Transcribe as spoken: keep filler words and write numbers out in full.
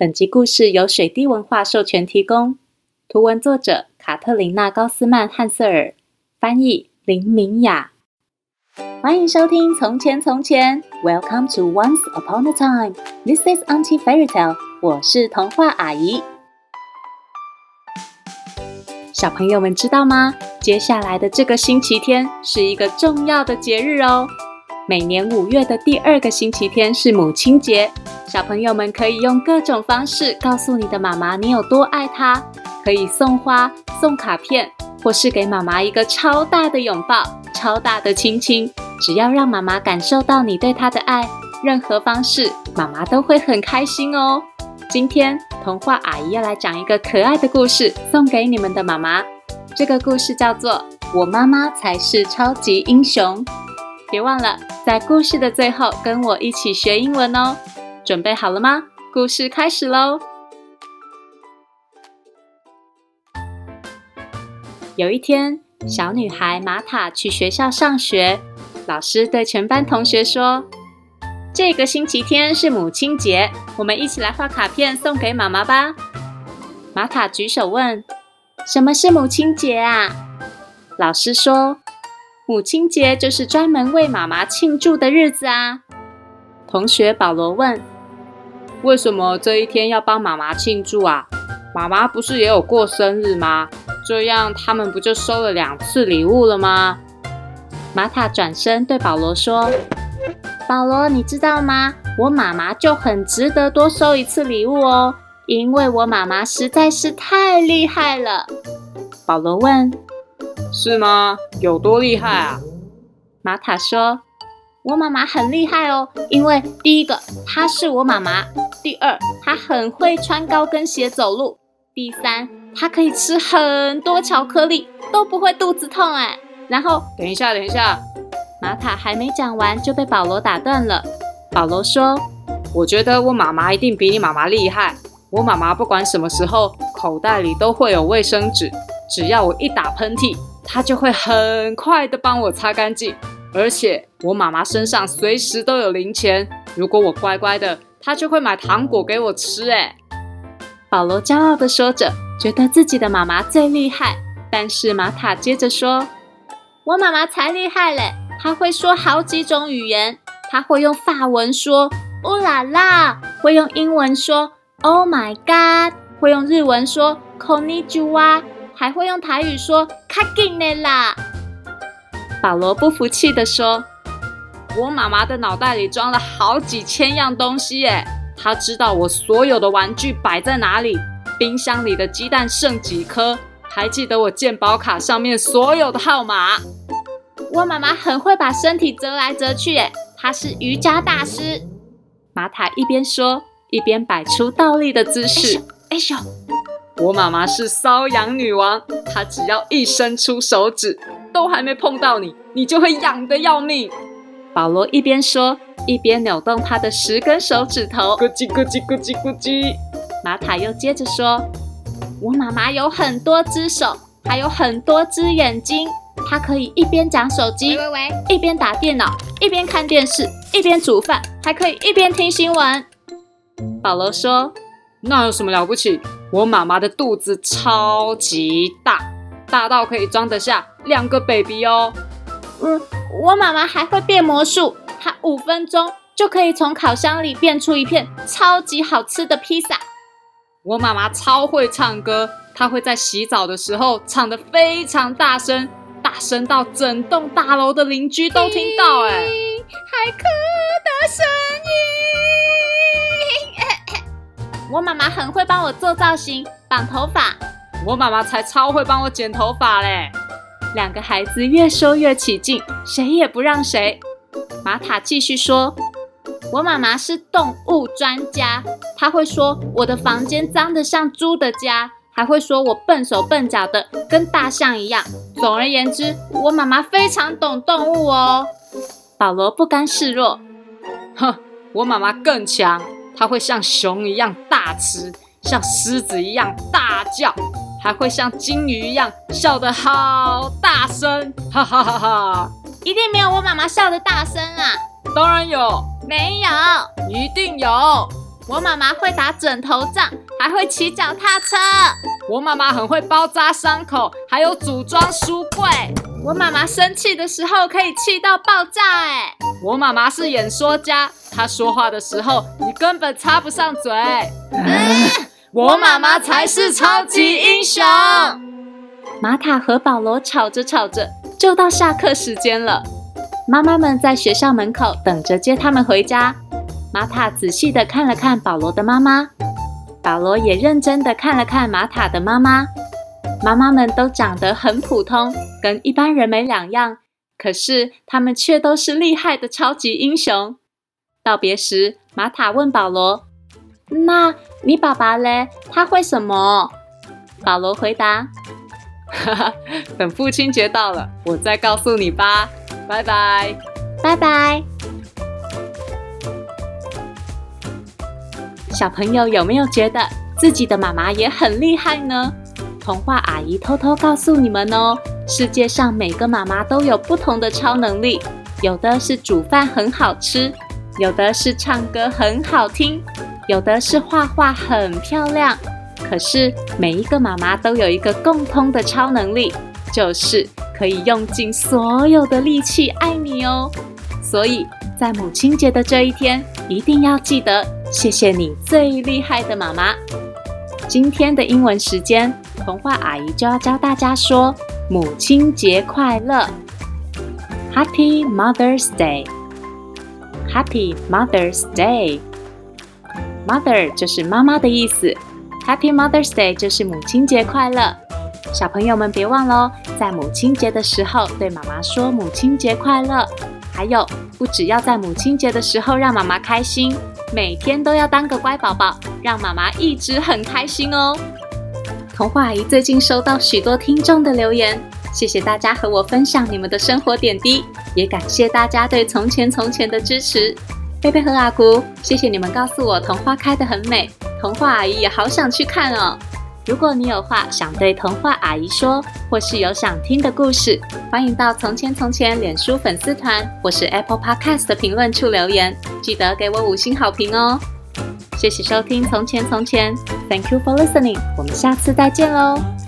本集故事由水滴文化授权提供，图文作者卡特琳娜·高斯曼·汉瑟尔，翻译林明雅。欢迎收听《从前从前》 Welcome to Once Upon a Time. This is Auntie Fairy Tale. 我是童话阿姨。小朋友们知道吗？接下来的这个星期天是一个重要的节日哦。每年五月的第二个星期天是母亲节，小朋友们可以用各种方式告诉你的妈妈你有多爱她，可以送花、送卡片，或是给妈妈一个超大的拥抱、超大的亲亲。只要让妈妈感受到你对她的爱，任何方式妈妈都会很开心哦。今天童话阿姨要来讲一个可爱的故事送给你们的妈妈。这个故事叫做我妈妈才是超级英雄。别忘了在故事的最后跟我一起学英文哦。准备好了吗？故事开始咯。有一天，小女孩玛塔去学校上学，老师对全班同学说，这个星期天是母亲节，我们一起来画卡片送给妈妈吧。玛塔举手问，什么是母亲节啊？老师说，母亲节就是专门为妈妈庆祝的日子啊。同学保罗问，为什么这一天要帮妈妈庆祝啊？妈妈不是也有过生日吗？这样他们不就收了两次礼物了吗？玛塔转身对保罗说，保罗，你知道吗？我妈妈就很值得多收一次礼物哦，因为我妈妈实在是太厉害了。保罗问，是吗？有多厉害啊？玛塔说，我妈妈很厉害哦，因为第一个，她是我妈妈；第二，她很会穿高跟鞋走路；第三，她可以吃很多巧克力，都不会肚子痛哎。然后，等一下，等一下，玛塔还没讲完就被保罗打断了。保罗说，我觉得我妈妈一定比你妈妈厉害。我妈妈不管什么时候，口袋里都会有卫生纸，只要我一打喷嚏，她就会很快的帮我擦干净。而且我妈妈身上随时都有零钱，如果我乖乖的，她就会买糖果给我吃耶。保罗骄傲地说着，觉得自己的妈妈最厉害。但是玛塔接着说，我妈妈才厉害嘞，她会说好几种语言，她会用法文说哦啦啦，会用英文说 Oh my God， 会用日文说 Konnichiwa， 还会用台语说卡紧的啦。保罗不服气地说，我妈妈的脑袋里装了好几千样东西耶，她知道我所有的玩具摆在哪里，冰箱里的鸡蛋剩几颗，还记得我健保卡上面所有的号码。我妈妈很会把身体折来折去耶，她是瑜伽大师。玛塔一边说一边摆出倒立的姿势。哎咻，我妈妈是搔痒女王，她只要一伸出手指，都还没碰到你，你就会痒得要命。保罗一边说一边扭动他的十根手指头，咕叽咕叽咕叽咕叽。玛塔又接着说，我妈妈有很多只手，还有很多只眼睛，她可以一边讲手机，喂喂喂，一边打电脑，一边看电视，一边煮饭，还可以一边听新闻。保罗说，那有什么了不起？我妈妈的肚子超级大，大到可以装得下两个 baby 哦。嗯，我妈妈还会变魔术，她五分钟就可以从烤箱里变出一片超级好吃的披萨。我妈妈超会唱歌，她会在洗澡的时候唱得非常大声，大声到整栋大楼的邻居都听到哎。海哭的声音。我妈妈很会帮我做造型，绑头发。我妈妈才超会帮我剪头发嘞。两个孩子越说越起劲，谁也不让谁。玛塔继续说，我妈妈是动物专家，她会说我的房间脏得像猪的家，还会说我笨手笨脚的跟大象一样。总而言之，我妈妈非常懂动物哦。保罗不甘示弱，哼，我妈妈更强，她会像熊一样大吃，像狮子一样大叫，还会像金鱼一样笑得好大声，哈哈哈哈！一定没有我妈妈笑得大声啊！当然有，没有，一定有。 我妈妈会打枕头仗，还会骑脚踏车。 我妈妈很会包扎伤口，还有组装书柜。 我妈妈生气的时候可以气到爆炸哎！ 我妈妈是演说家，她说话的时候你根本插不上嘴。嗯、我妈妈才是超级英雄。 玛塔和保罗吵着吵着，就到下课时间了。妈妈们在学校门口等着接他们回家。玛塔仔细地看了看保罗的妈妈，保罗也认真地看了看玛塔的妈妈。妈妈们都长得很普通，跟一般人没两样，可是他们却都是厉害的超级英雄。道别时，玛塔问保罗：“那你爸爸嘞？他会什么？”保罗回答：“ 哈哈，等父亲节到了，我再告诉你吧。拜拜， 拜拜。”小朋友有没有觉得自己的妈妈也很厉害呢？童话阿姨偷偷告诉你们哦，世界上每个妈妈都有不同的超能力，有的是煮饭很好吃，有的是唱歌很好听，有的是画画很漂亮。可是每一个妈妈都有一个共通的超能力，就是可以用尽所有的力气爱你哦。所以在母亲节的这一天，一定要记得谢谢你最厉害的妈妈。今天的英文时间，童话阿姨就要教大家说母亲节快乐 Happy Mother's Day Happy Mother's Day Mother 就是妈妈的意思， Happy Mother's Day 就是母亲节快乐。小朋友们别忘了，在母亲节的时候对妈妈说母亲节快乐。还有，不只要在母亲节的时候让妈妈开心，每天都要当个乖宝宝，让妈妈一直很开心哦。童话阿姨最近收到许多听众的留言，谢谢大家和我分享你们的生活点滴，也感谢大家对从前从前的支持。贝贝和阿姑，谢谢你们告诉我童话开得很美，童话阿姨也好想去看哦。如果你有话想对童话阿姨说，或是有想听的故事，欢迎到从前从前脸书粉丝团或是 Apple Podcast 的评论处留言，记得给我五星好评哦。谢谢收听从前从前 Thank you for listening， 我们下次再见喽。